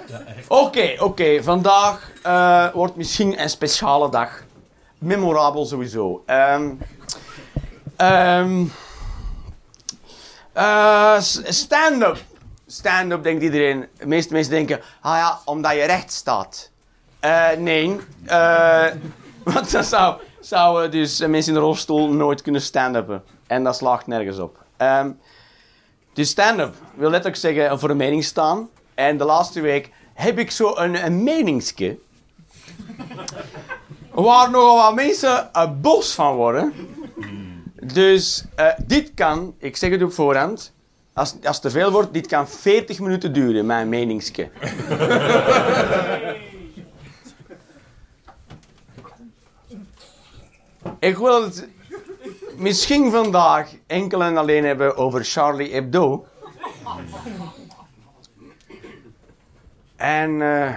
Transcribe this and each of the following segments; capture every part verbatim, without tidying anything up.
Oké, oké. Okay. Vandaag uh, wordt misschien een speciale dag. Memorabel sowieso. Um, um, uh, stand-up. Stand-up denkt iedereen. De meeste mensen denken, ah ja, omdat je recht staat. Uh, nee. Uh, want dan zou, zouden dus mensen in de rolstoel nooit kunnen stand-uppen. En dat slaagt nergens op. Um, dus stand-up wil letterlijk zeggen voor een mening staan. En de laatste week heb ik zo een, een meningske. Waar nogal wat mensen een bos van worden. Dus uh, dit kan, ik zeg het op voorhand, als, als het te veel wordt, dit kan veertig minuten duren, mijn meningske. Ik wil het misschien vandaag enkel en alleen hebben over Charlie Hebdo. En uh,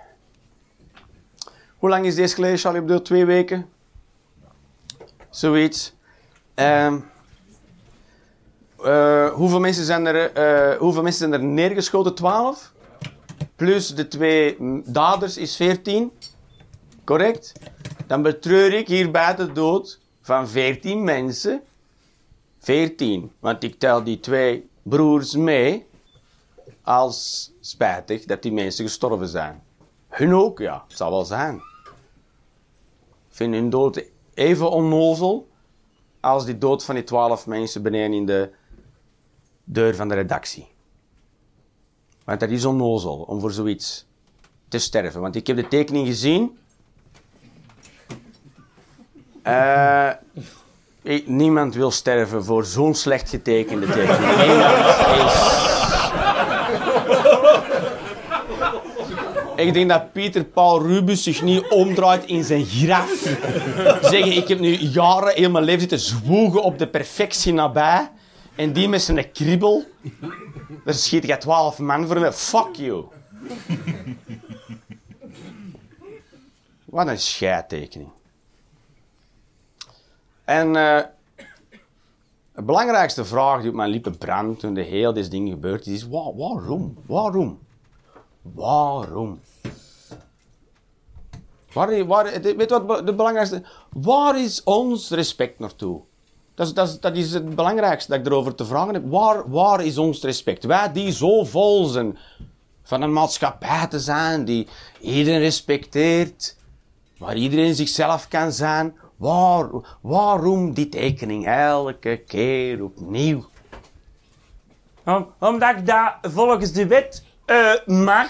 hoe lang is deze geleden, Charlie Hebdo? Twee weken? Zoiets. Um, uh, hoeveel, mensen zijn er, uh, hoeveel mensen zijn er neergeschoten? Twaalf? Plus de twee daders is veertien. Correct? Dan betreur ik hierbij de dood van veertien mensen. Veertien. Want ik tel die twee broers mee als spijtig dat die mensen gestorven zijn. Hun ook, ja. Het zal wel zijn. Ik vind hun dood even onnozel als die dood van die twaalf mensen beneden in de deur van de redactie. Want dat is onnozel om voor zoiets te sterven. Want ik heb de tekening gezien. Uh, ik, niemand wil sterven voor zo'n slecht getekende tekening. Niemand is... Ik denk dat Pieter Paul Rubens zich niet omdraait in zijn graf. Zeggen, ik heb nu jaren heel mijn leven zitten zwoegen op de perfectie nabij. En die met zijn kribbel. Daar schiet je twaalf man voor me. Fuck you. Wat een scheidtekening. En uh, de belangrijkste vraag die op mijn lippen brandt toen de hele dit ding gebeurd is, is waar, waarom? Waarom? Waarom? Waar, waar, weet je wat de belangrijkste... Waar is ons respect naartoe? Dat is, dat, is, dat is het belangrijkste dat ik erover te vragen heb. Waar, waar is ons respect? Wij die zo vol zijn van een maatschappij te zijn, die iedereen respecteert, waar iedereen zichzelf kan zijn. Waar, waarom die tekening elke keer opnieuw? Om, omdat ik dat volgens de wet uh, mag.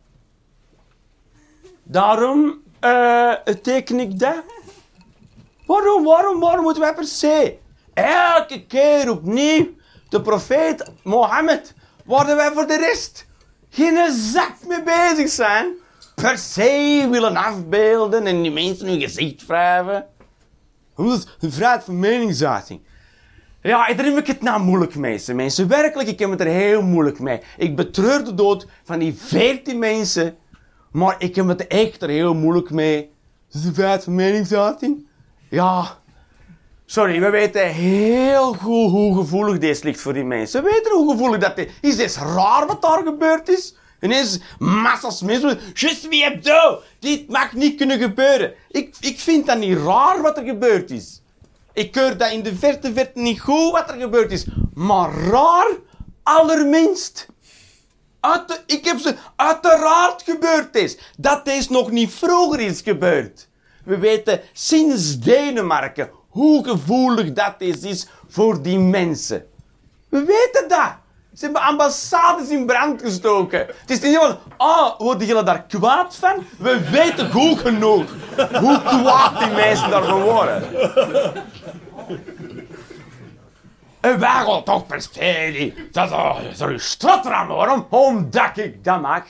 Daarom uh, teken ik dat. Waarom, waarom, waarom moeten wij per se elke keer opnieuw de profeet Mohammed, waar wij voor de rest geen zak mee bezig zijn, per se willen afbeelden en die mensen hun gezicht wrijven? Omdat de vrijheid van meningsuiting. Ja, daar heb ik het nou moeilijk mee, mensen. Werkelijk, ik heb het er heel moeilijk mee. Ik betreur de dood van die veertien mensen, maar ik heb het echt er heel moeilijk mee. Dus de vrijheid van meningsuiting? Ja, sorry, we weten heel goed hoe gevoelig deze ligt voor die mensen. We weten hoe gevoelig dat is. Is dit raar wat daar gebeurd is? Ineens massas mensen. Just wie Hebdo. Dit mag niet kunnen gebeuren. Ik, ik vind dat niet raar wat er gebeurd is. Ik keur dat in de verte verte niet goed wat er gebeurd is. Maar raar, allerminst. Uit de, ik heb ze uiteraard gebeurd is. Dat deze nog niet vroeger is gebeurd. We weten sinds Denemarken hoe gevoelig dat is, is voor die mensen. We weten dat. Ze hebben ambassades in brand gestoken. Het is niet van, ah, worden jullie daar kwaad van? We weten goed genoeg hoe kwaad die mensen daarvan worden. En wij gaan toch per se die, dat er u stotteren worden, omdat ik dat mag.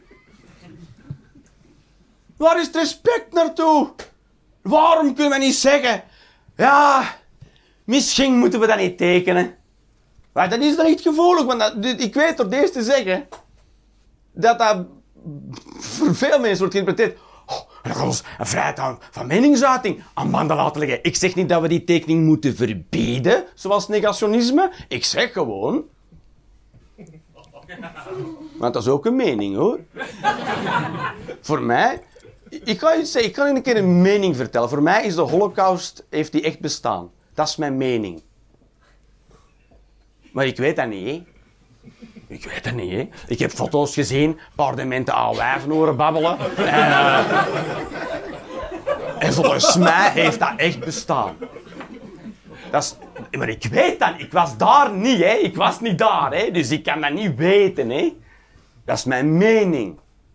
Waar is het respect naartoe? Waarom kunnen we niet zeggen, ja, misschien moeten we dat niet tekenen. Maar dat is dan niet gevoelig, want dat, ik weet door deze te zeggen, dat dat voor veel mensen wordt geïnterpreteerd. Oh, dan gaan we ons een vrijheid van meningsuiting aan banden laten leggen. Ik zeg niet dat we die tekening moeten verbieden, zoals negationisme. Ik zeg gewoon Want dat is ook een mening, hoor. Voor mij... Ik kan je zeggen, ik kan je een keer een mening vertellen. Voor mij is de Holocaust, heeft die echt bestaan. Dat is mijn mening. Maar ik weet dat niet, hè. Ik weet dat niet, hè. Ik heb foto's gezien, parlementen aan wijven horen babbelen. En, uh, en volgens mij heeft dat echt bestaan. Dat is, maar ik weet dat niet. Ik was daar niet, hè. Ik was niet daar, hè. Dus ik kan dat niet weten, hè. Dat is mijn mening.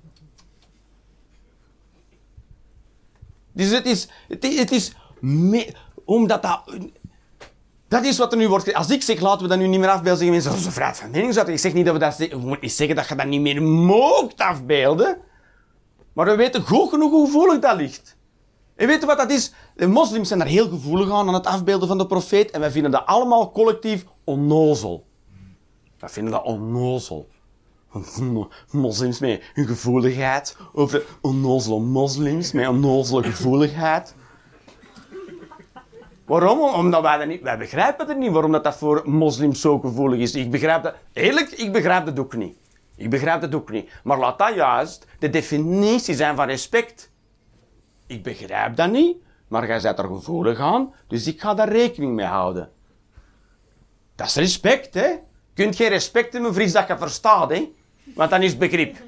Dus het is... Het is, het is me, omdat dat... Dat is wat er nu wordt... Als ik zeg, laten we dat nu niet meer afbeelden, zeggen mensen, dat is een vrijheid van meningsuiting. Ik zeg niet dat we dat... Je moet niet zeggen dat je dat niet meer moogt afbeelden. Maar we weten goed genoeg hoe gevoelig dat ligt. En weet je wat dat is? De moslims zijn daar heel gevoelig aan, aan het afbeelden van de profeet. En wij vinden dat allemaal collectief onnozel. Wij vinden dat onnozel. Moslims met hun gevoeligheid. Over onnozele moslims met onnozele gevoeligheid. Waarom? Omdat wij dat niet... Wij begrijpen het niet waarom dat, dat voor moslims zo gevoelig is. Ik begrijp dat... Eerlijk, ik begrijp dat ook niet. Ik begrijp dat ook niet. Maar laat dat juist de definitie zijn van respect. Ik begrijp dat niet, maar jij bent er gevoelig aan, dus ik ga daar rekening mee houden. Dat is respect, hè. Je kunt geen respect hebben voor iets dat je verstaat, hè. Want dan is het begrip.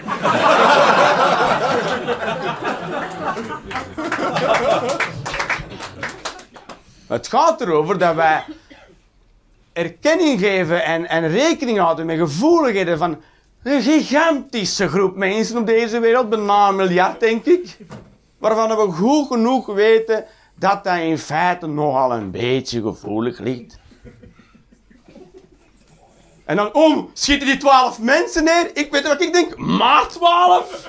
Het gaat erover dat wij erkenning geven en, en rekening houden met gevoeligheden van een gigantische groep mensen op deze wereld, bijna een miljard, denk ik, waarvan we goed genoeg weten dat dat in feite nogal een beetje gevoelig ligt. En dan, oh, schieten die twaalf mensen neer? Ik weet wat ik denk, maar twaalf?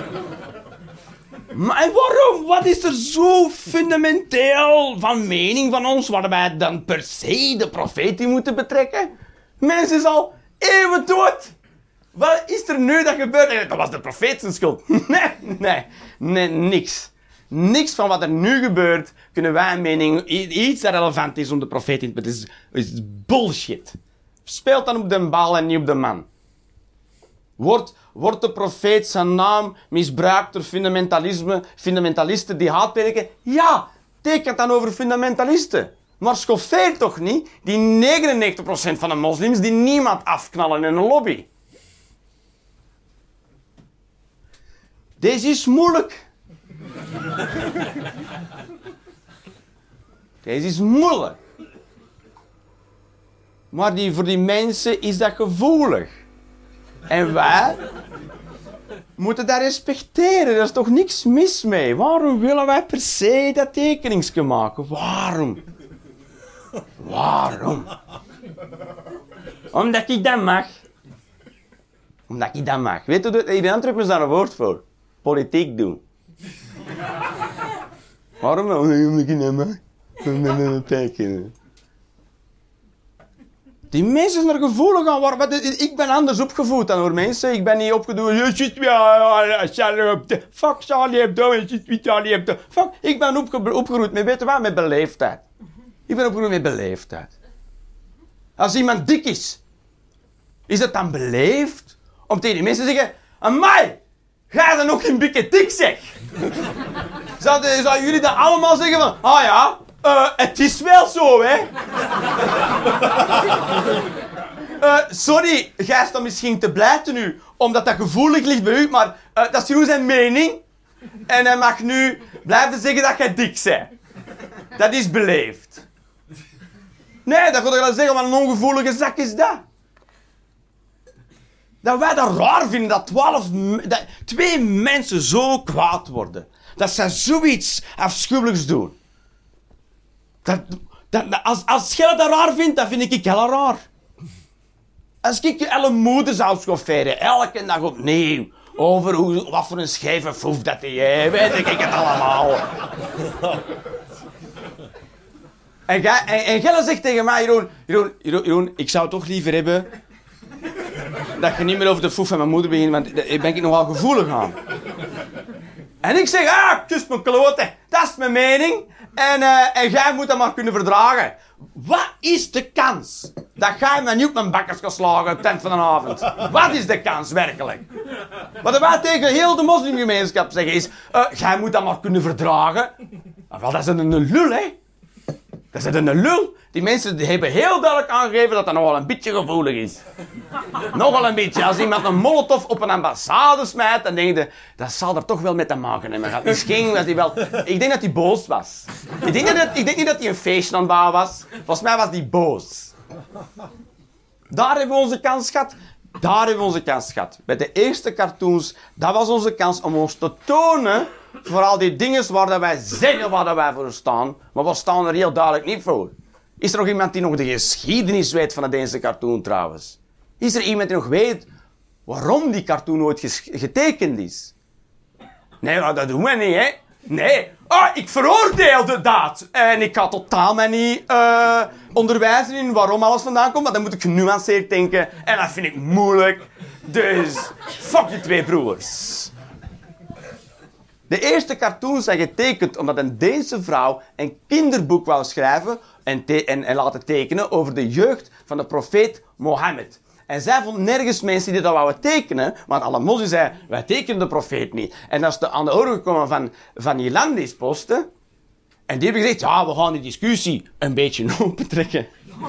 Maar en waarom? Wat is er zo fundamenteel van mening van ons, waar wij dan per se de profeet in moeten betrekken? Mensen is al eeuwen dood. Wat is er nu dat gebeurt? Dat was de profeet zijn schuld. Nee, nee, nee, niks. Niks van wat er nu gebeurt, kunnen wij een mening, iets dat relevant is om de profeet in te betrekken. Het is, is bullshit. Speelt dan op de bal en niet op de man. Wordt, wordt de profeet zijn naam misbruikt door fundamentalisme, fundamentalisten die haat prediken? Ja, tekent dan over fundamentalisten. Maar schoffeer toch niet die negenennegentig procent van de moslims die niemand afknallen in een lobby. Deze is moeilijk. Deze is moeilijk. Maar die, voor die mensen is dat gevoelig. En wij moeten dat respecteren. Er is toch niks mis mee. Waarom willen wij per se dat tekeningsje maken? Waarom? Waarom? Omdat ik dat mag. Omdat ik dat mag. Weet je, in Antwerpen is daar een woord voor. Politiek doen. Waarom? Omdat ik dat mag. Omdat ik dat tekenen. Die mensen zijn er gevoelig aan. Waar, ik ben anders opgevoed dan door mensen. Ik ben niet opgevoed. Fuck Charlie Hebdo. Charlie Hebdo. Fuck. Ik ben opge, opgegroeid met, weet je wat, met beleefdheid. Ik ben opgegroeid met beleefdheid. Als iemand dik is, is het dan beleefd om tegen die mensen te zeggen: amai, ga er nog een bikke dik, zeg. Zouden zou jullie dat allemaal zeggen van, ah ja, uh, het is wel zo, hè. uh, sorry, jij staat misschien te blijten nu, omdat dat gevoelig ligt bij u, maar uh, dat is gewoon zijn mening. En hij mag nu blijven zeggen dat jij dik bent. Dat is beleefd. Nee, dat wil ik zeggen, maar een ongevoelige zak is dat. Dat wij dat raar vinden, dat, twaalf, dat twee mensen zo kwaad worden. Dat ze zoiets afschuwelijks doen. Dat, dat, dat, als, als jij dat raar vindt, dan vind ik heel raar. Als ik je alle moeder zou schofferen, elke dag opnieuw, over hoe, wat voor een schijve foef dat hij weet ik het allemaal. En jij en, en Gelle zegt tegen mij, Jeroen, Jeroen, Jeroen, Jeroen, ik zou toch liever hebben dat je niet meer over de foef van mijn moeder begint, want daar ben ik nogal gevoelig aan. En ik zeg, ah, kus mijn kloten, dat is mijn mening. En, uh, en jij moet dat maar kunnen verdragen. Wat is de kans dat jij mij niet op mijn bakkers gaat slagen op het eind van de avond? Wat is de kans, werkelijk? Wat wij tegen heel de moslimgemeenschap zeggen is... Uh, jij moet dat maar kunnen verdragen. Wel, dat is een, een lul, hè? Dat is een lul. Die mensen die hebben heel duidelijk aangegeven dat dat nogal een beetje gevoelig is. Nogal een beetje. Als iemand een molotov op een ambassade smijt, dan denk je... Dat zal er toch wel mee te maken hebben. Misschien was hij wel... Ik denk dat hij boos was. Ik denk, dat, ik denk niet dat hij een feestje aan het bouwen was. Volgens mij was hij boos. Daar hebben we onze kans gehad. Daar hebben we onze kans gehad. Bij de eerste cartoons, dat was onze kans om ons te tonen... voor al die dingen waar wij zeggen waar wij voor staan. Maar we staan er heel duidelijk niet voor. Is er nog iemand die nog de geschiedenis weet van de Deense cartoon trouwens? Is er iemand die nog weet waarom die cartoon ooit getekend is? Nee, dat doen we niet, hè? Nee. Ah, ik veroordeelde dat. En ik ga totaal mij niet uh, onderwijzen in waarom alles vandaan komt. Maar dan moet ik genuanceerd denken. En dat vind ik moeilijk. Dus, fuck die twee broers. De eerste cartoons zijn getekend omdat een Deense vrouw een kinderboek wou schrijven en, te- en, en laten tekenen over de jeugd van de profeet Mohammed. En zij vond nergens mensen die dat wouden tekenen, want alle moslims zeiden, wij tekenen de profeet niet. En dat is de, aan de oren gekomen van, van die landdienstposten. En die hebben gezegd, ja, we gaan die discussie een beetje opentrekken.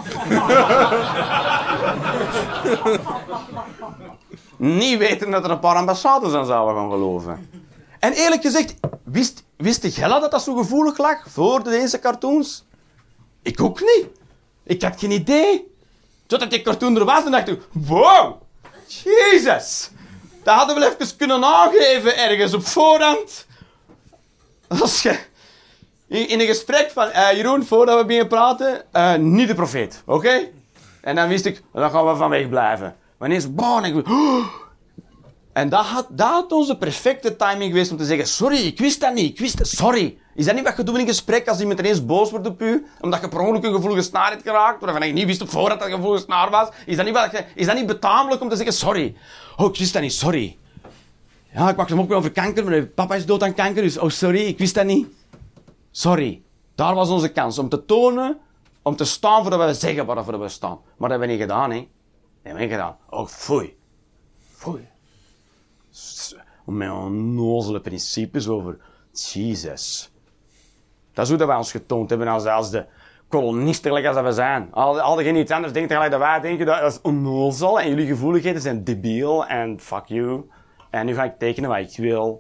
Niet weten dat er een paar ambassades aan zouden gaan geloven. En eerlijk gezegd, wist, wist de Gella dat dat zo gevoelig lag voor de Deense cartoons? Ik ook niet. Ik had geen idee. Totdat die cartoon er was en dacht ik, wow, Jezus. Dat hadden we wel even kunnen aangeven ergens op voorhand. Als je in, in een gesprek van, uh, Jeroen, voordat we beginnen praten, uh, niet de profeet, oké? Okay? En dan wist ik, dan gaan we van weg blijven. Maar ineens, boh, en ik... Oh. En dat had, dat had onze perfecte timing geweest om te zeggen, sorry, ik wist dat niet, ik wist dat, sorry. Is dat niet wat je doet in een gesprek als iemand ineens boos wordt op u, omdat je per ongeluk een gevoelige snaar hebt geraakt, waarvan je niet wist op voorhand dat het een gevoelige snaar was? Is dat niet, wat je, is dat niet betamelijk om te zeggen, sorry? Oh, ik wist dat niet, sorry. Ja, ik mag hem ook wel over kanker, maar papa is dood aan kanker, dus oh, sorry, ik wist dat niet. Sorry. Daar was onze kans, om te tonen, om te staan voor dat we zeggen waarvoor we staan. Maar dat hebben we niet gedaan, hè. Dat hebben we niet gedaan. Oh, foei. Foei. Met onnozele principes over Jezus. Dat is hoe dat wij ons getoond hebben als, als de kolonisten gelijk als dat we zijn. Al, al degene iets anders denkt gelijk dat wij denken, dat is onnozel en jullie gevoeligheden zijn debiel en fuck you. En nu ga ik tekenen wat ik wil.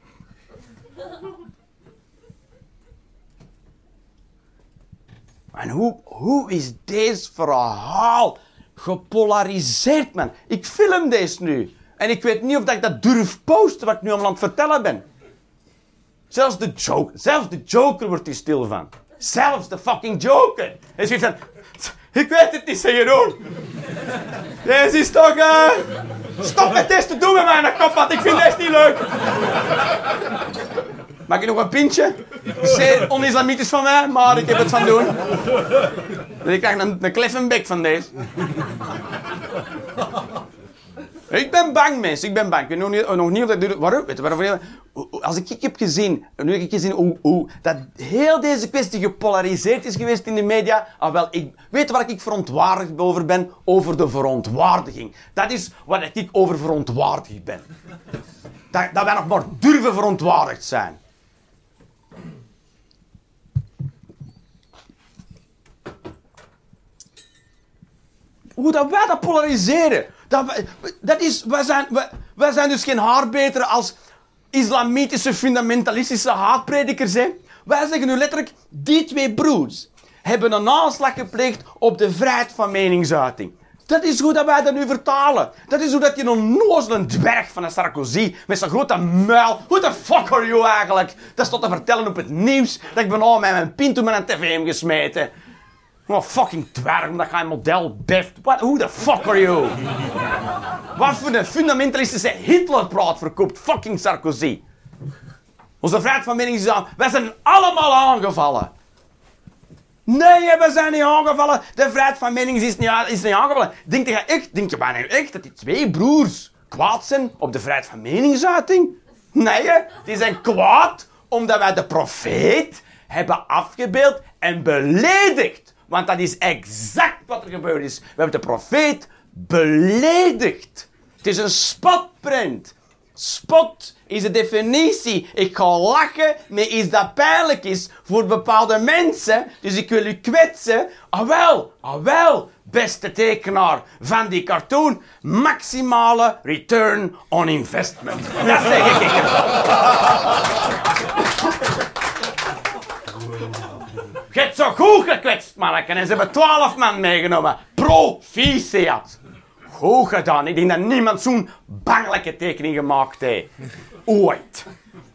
En hoe, hoe is deze verhaal gepolariseerd, man? Ik film deze nu. En ik weet niet of dat ik dat durf posten wat ik nu allemaal aan het vertellen ben. Zelfs de Joker, zelfs de Joker wordt hier stil van. Zelfs de fucking Joker. Hij zegt van, ik weet het niet, zeg Jeroen. Deze is toch, uh... Stop met deze te doen met mijn kop, want ik vind deze niet leuk. Mag ik nog een pintje? Zeer on-islamitisch van mij, maar ik heb het van doen. Dus ik krijg een, een kleffenbek van deze. Ik ben bang, mensen. Ik ben bang. Ik weet nog niet, nog niet of dat doet. Waarom? Weet je waarom? Als ik, ik heb gezien, nu heb ik gezien hoe, hoe dat heel deze kwestie gepolariseerd is geweest in de media. Ah, wel, ik weet waar ik verontwaardigd over ben. Over de verontwaardiging. Dat is waar ik over verontwaardigd ben. Dat, dat wij nog maar durven verontwaardigd zijn. Hoe dat wij dat polariseren. Dat, wij, dat is, wij, zijn, wij, wij zijn dus geen haar beter als islamitische fundamentalistische haatpredikers. Hè? Wij zeggen nu letterlijk, die twee broers hebben een aanslag gepleegd op de vrijheid van meningsuiting. Dat is hoe dat wij dat nu vertalen. Dat is hoe dat je een onnozele dwerg van een Sarkozy met zijn grote muil... Who the fuck are you eigenlijk? Dat stond te vertellen op het nieuws dat ik bijna met mijn pinto met een tv hem gesmeten. Wat oh, fucking dwerg, omdat je een model beft. What, who the fuck are you? Wat voor een fundamentalistische Hitler-praat verkoopt fucking Sarkozy. Onze vrijheid van mening is aan. Wij zijn allemaal aangevallen. Nee, we zijn niet aangevallen. De vrijheid van mening is niet, is niet aangevallen. Denk je echt, denk je bijna echt dat die twee broers kwaad zijn op de vrijheid van meningsuiting? Nee, die zijn kwaad omdat wij de profeet hebben afgebeeld en beledigd. Want dat is exact wat er gebeurd is. We hebben de profeet beledigd. Het is een spotprint. Spot is de definitie. Ik ga lachen met iets dat pijnlijk is voor bepaalde mensen. Dus ik wil u kwetsen. Ah wel, ah wel, beste tekenaar van die cartoon. Maximale return on investment. Dat zeg ik ervan. Je hebt zo goed gekwetst, manneken. En ze hebben twaalf man meegenomen. Proficiat. Goed gedaan. Ik denk dat niemand zo'n bangelijke tekening gemaakt heeft. Ooit.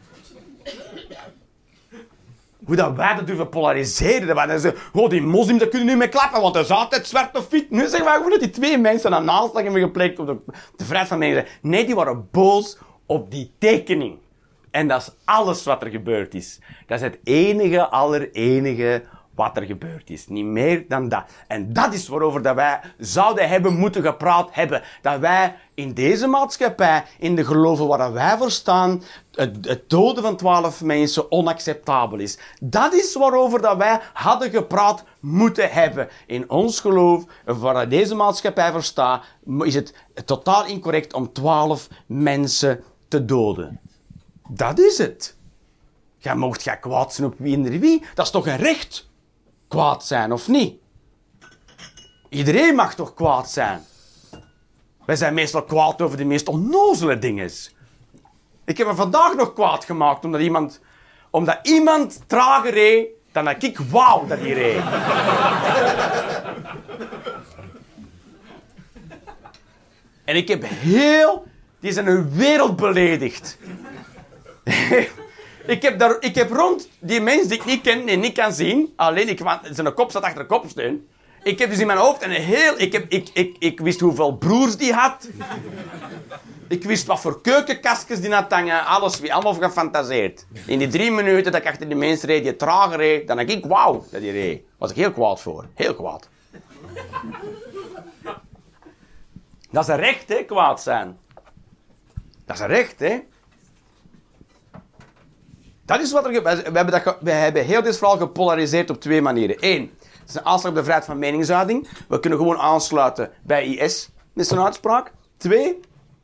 Hoe dat wij dat durven polariseren. Dat wij dan zeggen, oh, die moslims dat kunnen niet meer klappen, want dat is altijd zwart of wit. Nu zeggen wij gewoon dat die twee mensen een aanslag hebben gepleegd op de, de vrijheid van meningsuiting. Nee, die waren boos op die tekening. En dat is alles wat er gebeurd is. Dat is het enige, allerenige wat er gebeurd is. Niet meer dan dat. En dat is waarover dat wij zouden hebben moeten gepraat hebben. Dat wij in deze maatschappij, in de geloven waar wij voor staan, het, het doden van twaalf mensen onacceptabel is. Dat is waarover dat wij hadden gepraat moeten hebben. In ons geloof, waar deze maatschappij voor staat, is het totaal incorrect om twaalf mensen te doden. Dat is het. Jij mocht jij kwaad zijn op wie en wie. Dat is toch een recht? Kwaad zijn, of niet? Iedereen mag toch kwaad zijn? Wij zijn meestal kwaad over de meest onnozele dingen. Ik heb me vandaag nog kwaad gemaakt omdat iemand, omdat iemand trager reed dan dat ik wou dat hij reed. En ik heb heel... Die zijn een wereld beledigd. Ik heb, daar, ik heb rond die mens die ik niet ken en niet kan zien, alleen ik, want zijn kop zat achter de kopsteun. Ik heb dus in mijn hoofd een heel... Ik, heb, ik, ik, ik wist hoeveel broers die had. Ik wist wat voor keukenkastjes die had hangen. Alles, wie allemaal gefantaseerd. In die drie minuten dat ik achter die mens reed, die trager reed, dan denk ik, wauw, dat die reed. Was ik heel kwaad voor. Heel kwaad. Dat is een recht, hè, kwaad zijn. Dat is een recht, hè. Dat is wat er gebeurt. We hebben, dat, we hebben heel dit verhaal gepolariseerd op twee manieren. Eén, het is een aanslag op de vrijheid van meningsuiting. We kunnen gewoon aansluiten bij I S met zo'n uitspraak. Twee,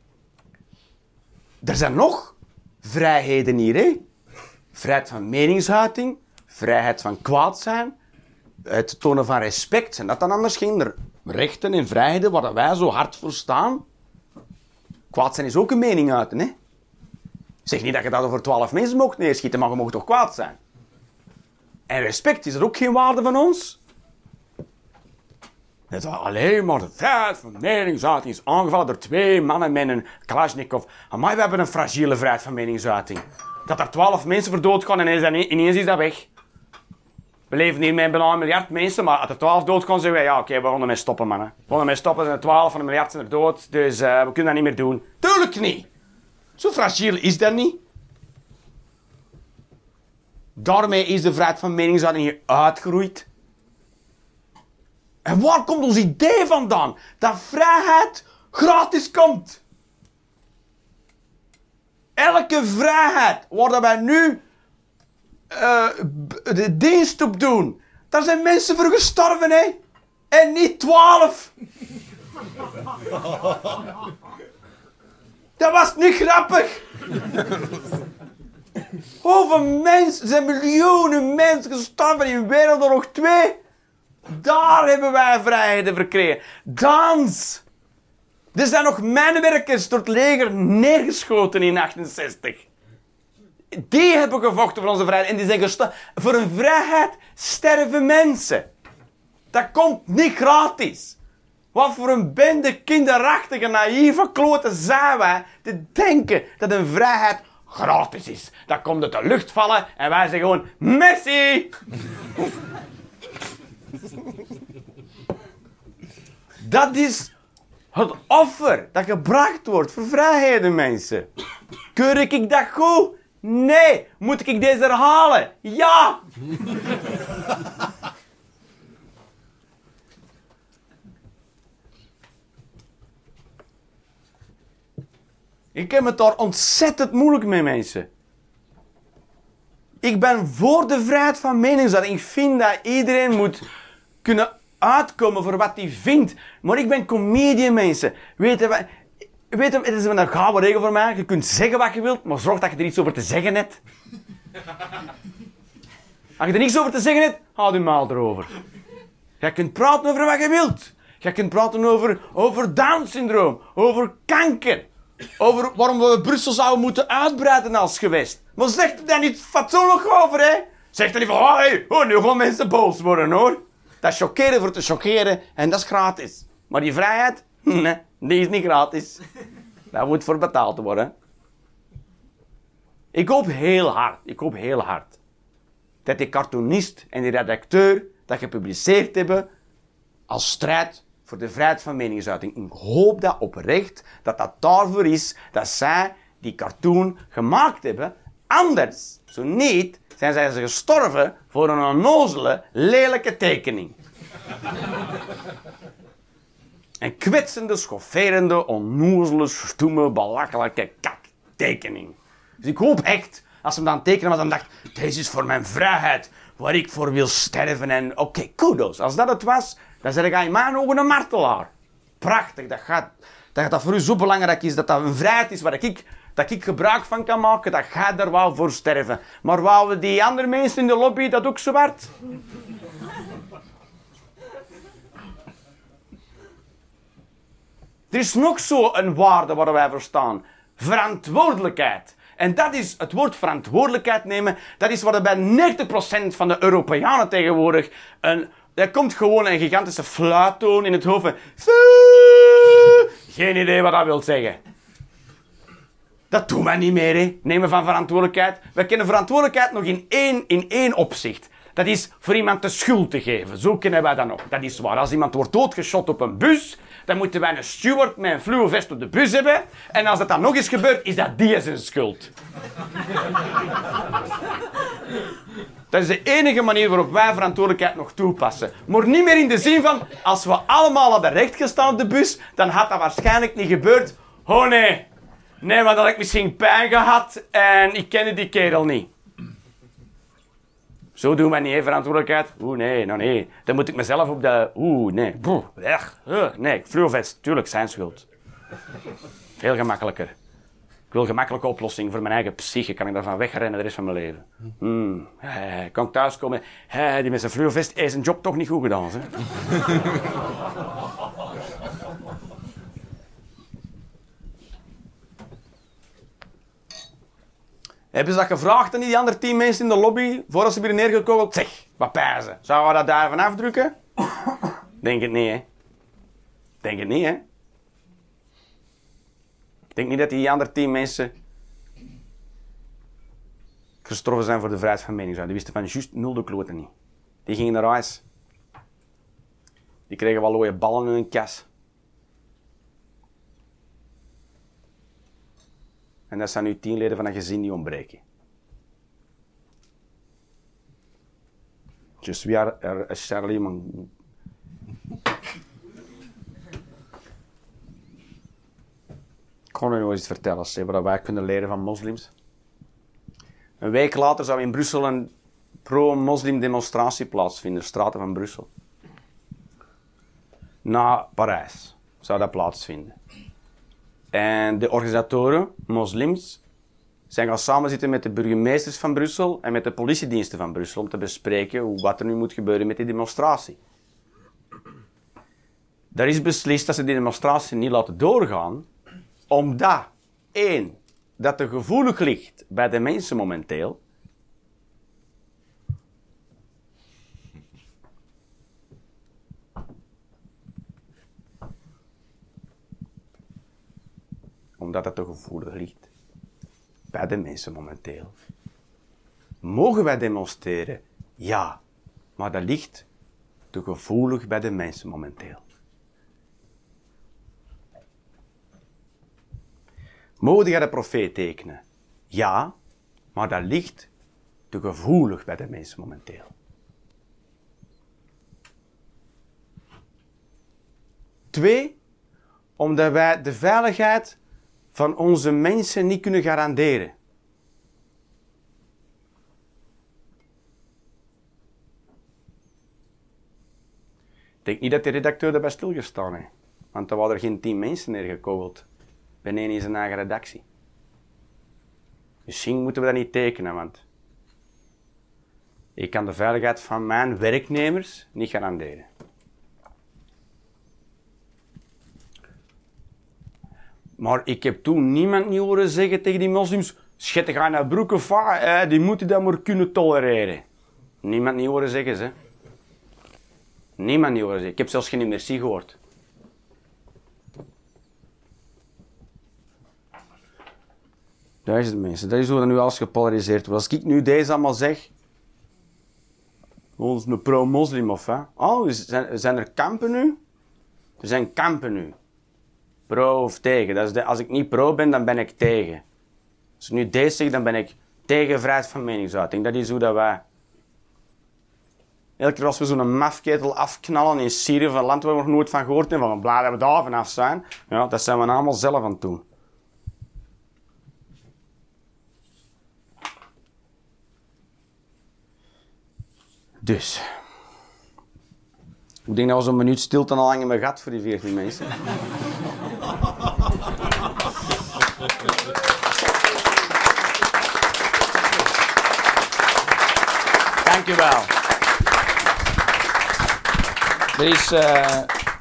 er zijn nog vrijheden hier, hè. Vrijheid van meningsuiting, vrijheid van kwaad zijn, het tonen van respect. Zijn dat dan anders geen rechten en vrijheden waar wij zo hard voor staan? Kwaad zijn is ook een mening uiten, hè. Zeg niet dat je dat over twaalf mensen mocht neerschieten, maar je mag toch kwaad zijn. En respect, is er ook geen waarde van ons? Het is alleen maar de vrijheid van meningsuiting is aangevallen door twee mannen met een Kalashnikov. Amai, we hebben een fragiele vrijheid van meningsuiting. Dat er twaalf mensen voor doodgaan en ineens, ineens is dat weg. We leven hier met bijna een miljard mensen, maar als er twaalf doodgaan, zeggen wij, ja oké, okay, we gaan ermee stoppen, mannen. We gaan ermee stoppen, er zijn twaalf van een miljard zijn er dood, dus uh, we kunnen dat niet meer doen. Tuurlijk niet! Zo fragiel is dat niet. Daarmee is de vrijheid van meningsuiting hier uitgeroeid. En waar komt ons idee vandaan? Dat vrijheid gratis komt. Elke vrijheid waar wij nu uh, de dienst op doen, daar zijn mensen voor gestorven, hè? En niet twaalf. Dat was niet grappig. Hoeveel mensen, er zijn miljoenen mensen gestorven in Wereldoorlog twee. Daar hebben wij vrijheden verkregen. Dans. Er zijn nog mijnwerkers door het leger neergeschoten in achtenzestig. Die hebben gevochten voor onze vrijheid. En die zijn gestorven. Voor een vrijheid sterven mensen. Dat komt niet gratis. Wat voor een bende kinderachtige, naïeve kloten zijn wij te denken dat een vrijheid gratis is. Dat komt uit de lucht vallen en wij zeggen gewoon merci. Dat is het offer dat gebracht wordt voor vrijheden, mensen. Keur ik dat goed? Nee. Moet ik deze herhalen? Ja. Ik heb het daar ontzettend moeilijk mee, mensen. Ik ben voor de vrijheid van meningsuiting. Ik vind dat iedereen moet kunnen uitkomen voor wat hij vindt. Maar ik ben comedian, mensen. Weet je wat? Weet je, het is een gouden regel voor mij. Je kunt zeggen wat je wilt, maar zorg dat je er iets over te zeggen hebt. Als je er niks over te zeggen hebt, houd je maal erover. Je kunt praten over wat je wilt. Je kunt praten over, over Down-syndroom, over kanker, over waarom we Brussel zouden moeten uitbreiden als gewest. Maar zeg er daar niet fatsoenlijk over, hè? Zeg er niet van, oh, hey, oh, nu gaan mensen boos worden, hoor. Dat is chockeren voor te chockeren en dat is gratis. Maar die vrijheid, nee, die is niet gratis. Daar moet voor betaald worden. Ik hoop heel hard, ik hoop heel hard, dat die cartoonist en die redacteur dat gepubliceerd hebben als strijd voor de vrijheid van meningsuiting. Ik hoop dat oprecht dat dat daarvoor is dat zij die cartoon gemaakt hebben. Anders, zo niet, zijn zij ze gestorven voor een onnozele, lelijke tekening. Een kwetsende, schofferende, onnozele, stoeme, belachelijke kaktekening. Dus ik hoop echt, als ze hem dan tekenen was, dan dacht deze is voor mijn vrijheid, waar ik voor wil sterven. En oké, okay, kudos. Als dat het was, dan zeg ik in mijn ogen een martelaar. Prachtig, dat gaat, dat dat voor u zo belangrijk is, dat dat een vrijheid is waar ik, dat ik gebruik van kan maken, dat gaat daar wel voor sterven. Maar wouden die andere mensen in de lobby dat ook zo werd? Er is nog zo een waarde waar wij voor staan. Verantwoordelijkheid. En dat is het woord verantwoordelijkheid nemen. Dat is waar bij negentig procent van de Europeanen tegenwoordig een... Er komt gewoon een gigantische fluittoon in het hoofd. Geen idee wat dat wil zeggen. Dat doen wij niet meer, hè. Nemen van verantwoordelijkheid. We kennen verantwoordelijkheid nog in één, in één opzicht. Dat is voor iemand de schuld te geven. Zo kennen wij dat nog. Dat is waar. Als iemand wordt doodgeschot op een bus, dan moeten wij een steward met een fluovest op de bus hebben. En als dat dan nog eens gebeurt, is dat die zijn schuld. Dat is de enige manier waarop wij verantwoordelijkheid nog toepassen. Maar niet meer in de zin van, als we allemaal hadden recht gestaan op de bus, dan had dat waarschijnlijk niet gebeurd. Oh nee. Nee, maar dan had ik misschien pijn gehad en ik kende die kerel niet. Zo doen wij niet, hè, verantwoordelijkheid. Oeh, nee, nou nee. Dan moet ik mezelf op de... Oeh, nee. Boeh, weg. Uh, nee, fluovest. Tuurlijk, zijn schuld. Veel gemakkelijker. Ik wil een gemakkelijke oplossing voor mijn eigen psyche. Kan ik daarvan wegrennen de rest van mijn leven. Hmm. Eh, kan ik thuiskomen. Eh, die met zijn fluovest heeft zijn job toch niet goed gedaan, hè? Hebben ze dat gevraagd aan die andere tien mensen in de lobby, voordat ze weer neergekomen? Zeg, wat pijzen. Zouden we dat daar van afdrukken? Denk het niet, hè. Denk het niet, hè. Ik denk niet dat die andere tien mensen gestorven zijn voor de vrijheid van meningsuiting. Die wisten van juist nul de kloten niet. Die gingen naar huis. Die kregen wel looie ballen in hun kas. En dat zijn nu tien leden van een gezin die ontbreken. Je suis er Charlie, man. Ik kon u nog eens vertellen, zeg, wat wij kunnen leren van moslims. Een week later zou in Brussel een pro-moslim demonstratie plaatsvinden, de straten van Brussel. Na Parijs zou dat plaatsvinden. En de organisatoren, moslims, zijn gaan samenzitten met de burgemeesters van Brussel en met de politiediensten van Brussel om te bespreken hoe, wat er nu moet gebeuren met die demonstratie. Daar is beslist dat ze die demonstratie niet laten doorgaan, omdat, één, dat er gevoelig ligt bij de mensen momenteel. Omdat het te gevoelig ligt bij de mensen momenteel. Mogen wij demonstreren? Ja, maar dat ligt te gevoelig bij de mensen momenteel. Mogen jij de profeet tekenen? Ja, maar dat ligt te gevoelig bij de mensen momenteel. Twee, omdat wij de veiligheid van onze mensen niet kunnen garanderen. denk niet dat de redacteur erbij stilgestaan heeft. Want er waren er geen tien mensen neergekogeld. Beneden in zijn eigen redactie. Misschien moeten we dat niet tekenen, want... ik kan de veiligheid van mijn werknemers niet garanderen. Maar ik heb toen niemand niet horen zeggen tegen die moslims... Schette, ga naar broek of wat, eh, die moeten dat maar kunnen tolereren. Niemand niet horen zeggen, ze. Niemand niet horen zeggen. Ik heb zelfs geen merci gehoord. Dat is het, mensen. Dat is hoe dat nu alles gepolariseerd wordt. Als ik nu deze allemaal zeg... ons een pro-moslim of hè? Oh, zijn, zijn er kampen nu? Er zijn kampen nu. Pro of tegen. Dat is de, als ik niet pro ben, dan ben ik tegen. Als ik nu deze zeg, dan ben ik tegen vrijheid van meningsuiting. Dat is hoe dat wij... Elke keer als we zo'n mafketel afknallen in Syrië, van een land waar we nog nooit van gehoord hebben, van blij dat we daar vanaf zijn, ja, dat zijn we allemaal zelf aan het doen. Dus. Ik denk dat we zo'n minuut stilte al lang hebben gehad voor die veertien mensen. Dank u wel. Er is uh,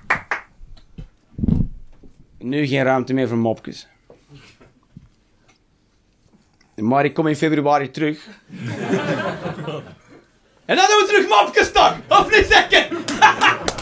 nu geen ruimte meer voor mopjes. Maar ik kom in februari terug. En dan doen we terug mopjes toch? Of niet zeggen?